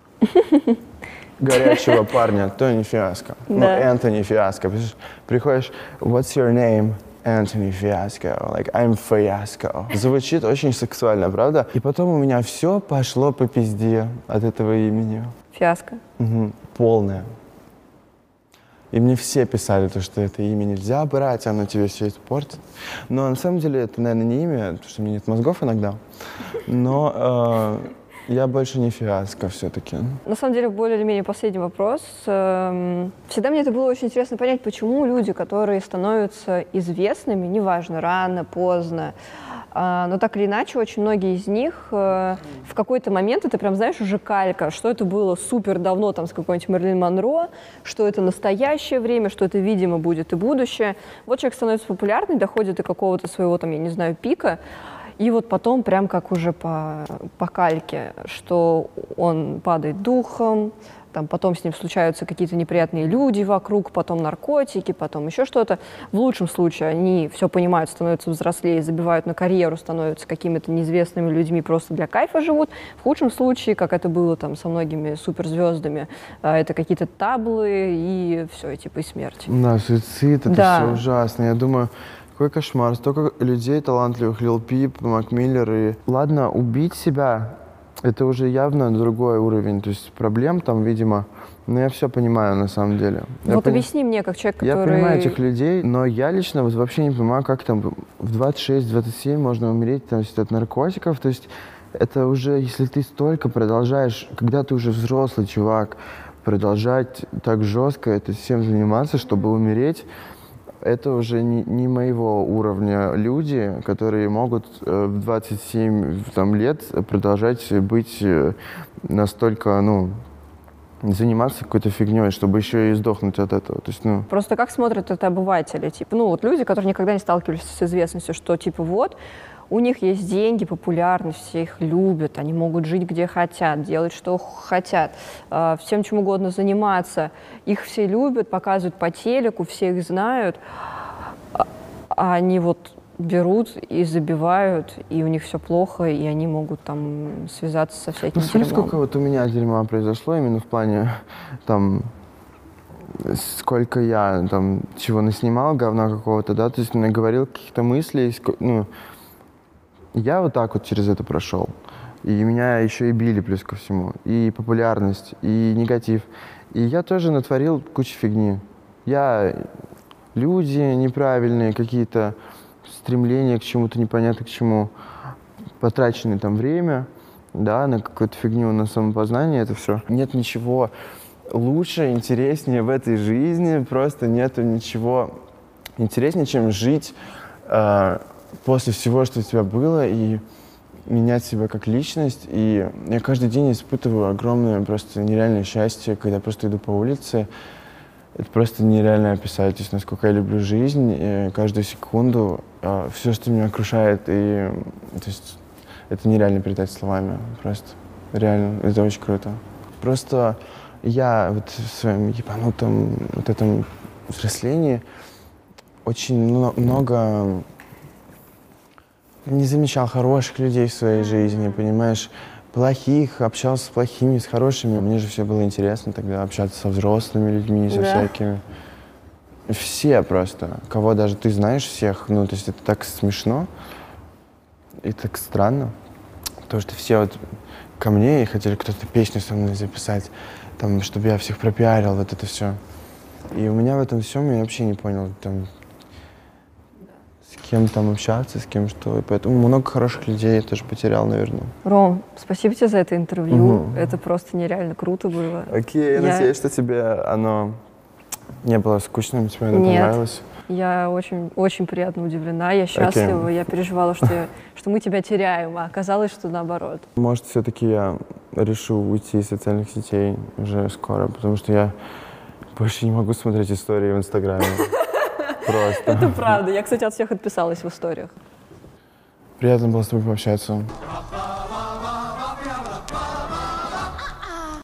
горячего парня, Тони Фиаско. Ну, Энтони Фиаско. Приходишь, what's your name? Anthony Fiasco, like I'm Fiasco. Звучит очень сексуально, правда? И потом у меня все пошло по пизде от этого имени. Фиаско. Полное. И мне все писали, что это имя нельзя брать, оно тебе все испортит. Но на самом деле это, наверное, не имя, потому что у меня нет мозгов иногда. Но я больше не Фиаско все-таки. На самом деле, более или менее последний вопрос. Всегда мне это было очень интересно понять, почему люди, которые становятся известными, неважно, рано, поздно, Но так или иначе, очень многие из них в какой-то момент, это прям, знаешь, уже калька, что это было супер давно там с какой-нибудь Мерлин Монро, что это настоящее время, что это, видимо, будет и будущее. Вот человек становится популярный, доходит до какого-то своего, там, я не знаю, пика, и вот потом прям как уже по кальке, что он падает духом, там, потом с ним случаются какие-то неприятные люди вокруг, потом наркотики, потом еще что-то. В лучшем случае они все понимают, становятся взрослее, забивают на карьеру, становятся какими-то неизвестными людьми, просто для кайфа живут. В худшем случае, как это было там со многими суперзвездами, это какие-то таблы и все, типа и смерть. Да, суицид, это Да. все ужасно. Я думаю, какой кошмар. Столько людей талантливых, Лил Пип, Мак Миллер. И ладно, убить себя, это уже явно другой уровень. То есть проблем там, видимо, но я все понимаю на самом деле. Вот объясни мне, как человек, который... Я понимаю этих людей, но я лично вот вообще не понимаю, как там в 26-27 можно умереть там, от наркотиков. То есть это уже, если ты столько продолжаешь, когда ты уже взрослый чувак, продолжать так жестко это всем заниматься, чтобы умереть, это уже не моего уровня люди, которые могут в 27 там, лет продолжать быть настолько, ну, заниматься какой-то фигней, чтобы еще и сдохнуть от этого. То есть, ну... Просто как смотрят это обыватели? Типа, ну, вот люди, которые никогда не сталкивались с известностью, что, типа, вот, у них есть деньги, популярность, все их любят, они могут жить где хотят, делать что хотят, всем чем угодно заниматься. Их все любят, показывают по телеку, все их знают, а они вот берут и забивают, и у них все плохо, и они могут там связаться со всяким смотри, дерьмом. сколько вот у меня дерьма произошло именно в плане, там, сколько я там чего наснимал, говна какого-то, да, то есть наговорил каких-то мыслей, ну, я вот так вот через это прошел. И меня еще и били плюс ко всему. И популярность, и негатив. И я тоже натворил кучу фигни. Люди неправильные, какие-то стремления к чему-то непонятно к чему, потраченное там время, да, на какую-то фигню, на самопознание, это все. Нет ничего лучше, интереснее в этой жизни, просто нету ничего интереснее, чем жить после всего, что у тебя было, и менять себя как личность. И я каждый день испытываю огромное, просто нереальное счастье, когда просто иду по улице. Это просто нереально описать, то есть, насколько я люблю жизнь, и каждую секунду, все, что меня окружает, и то есть, это нереально передать словами, просто реально, это очень круто. Просто я вот в своем ебанутом вот этом взрослении очень много не замечал хороших людей в своей жизни, понимаешь, плохих, общался с плохими, с хорошими. Мне же все было интересно тогда общаться со взрослыми людьми, со всякими. Все просто, кого даже ты знаешь всех, ну, то есть это так смешно и так странно, потому что все вот ко мне и хотели кто-то песню со мной записать, там, чтобы я всех пропиарил, вот это все. И у меня в этом всем я вообще не понял, там, с кем там общаться, с кем что. И поэтому много хороших людей я тоже потерял, наверное. Ром, спасибо тебе за это интервью. Это просто нереально круто было. Окей, я надеюсь, что тебе оно не было скучным, тебе оно понравилось. Я очень приятно удивлена, я счастлива, я переживала, что мы тебя теряем, а оказалось, что наоборот. Может, все-таки я решу уйти из социальных сетей уже скоро, потому что я больше не могу смотреть истории в Инстаграме. Просто. Это правда. Я, кстати, от всех отписалась в историях. Приятно было с тобой пообщаться.